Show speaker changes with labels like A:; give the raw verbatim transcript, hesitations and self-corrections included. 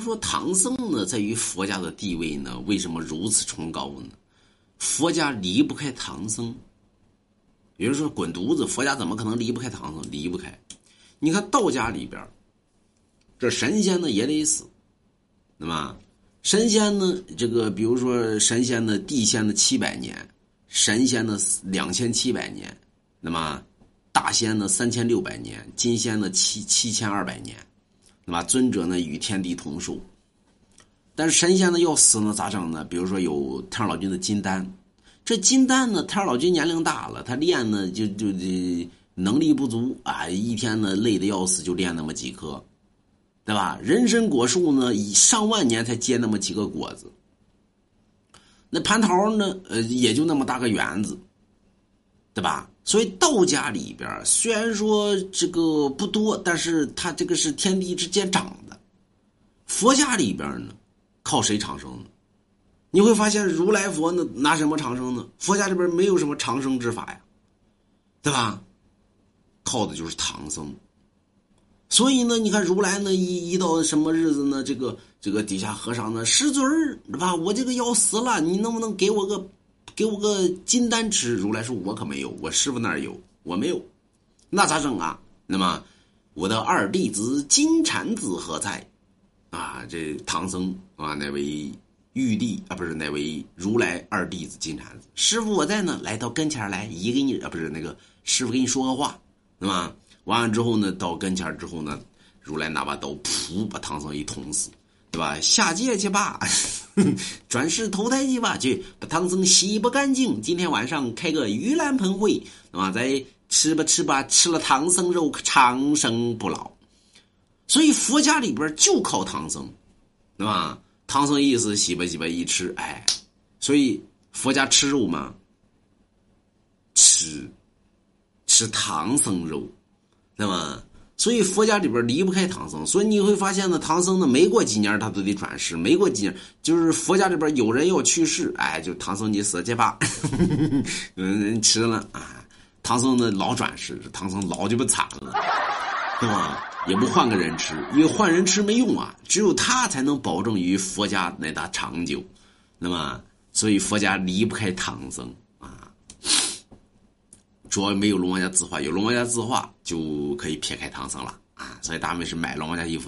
A: 说唐僧呢，在于佛家的地位呢，为什么如此崇高呢？佛家离不开唐僧。有人说滚犊子，佛家怎么可能离不开唐僧？离不开。你看道家里边，这神仙呢也得死，那么神仙呢，这个比如说神仙的地仙的七百年，神仙的两千七百年，那么大仙呢三千六百年，金仙呢七七千二百年，那么尊者呢与天地同寿。但是神仙呢要死呢咋整呢？比如说有太上老君的金丹，这金丹呢，太上老君年龄大了，他练呢就就就能力不足啊，一天呢累得要死，就练那么几颗，对吧？人参果树呢，以上万年才结那么几个果子。那蟠桃呢，呃，也就那么大个园子，对吧？所以道家里边虽然说这个不多，但是它这个是天地之间长的。佛家里边呢，靠谁长生呢？你会发现如来佛呢拿什么长生呢？佛家里边没有什么长生之法呀，对吧？靠的就是唐僧。所以呢，你看如来呢一一到什么日子呢，这个这个底下和尚呢，师尊儿，对吧？我这个要死了，你能不能给我个给我个金丹吃？如来说我可没有，我师傅那儿有，我没有。那咋整啊？那么我的二弟子金蝉子何在？啊，这唐僧啊，那位玉帝啊，不是那位如来二弟子金蝉子，师傅我在呢，来到跟前来，一给你啊，不是那个师傅给你说个话，那么完了之后呢，到跟前之后呢，如来拿把刀，噗，把唐僧一捅死，对吧？下界去吧，转世投胎去吧，去把唐僧洗不干净。今天晚上开个盂兰盆会，那么再吃吧吃吧，吃了唐僧肉，长生不老。所以佛家里边就靠唐僧，对吧？唐僧意思洗吧洗吧一吃，哎，所以佛家吃肉吗？吃，吃唐僧肉，那么所以佛家里边离不开唐僧。所以你会发现呢，唐僧呢没过几年他都得转世，没过几年就是佛家里边有人要去世，哎，就唐僧你死去吧，有人吃了啊，唐僧呢老转世，唐僧老就不惨了，对吧？也不换个人吃，因为换人吃没用啊，只有他才能保证于佛家乃大长久。那么，所以佛家离不开唐僧啊。主要没有龙王家字画，有龙王家字画就可以撇开唐僧了啊。所以大家没事买龙王家衣服。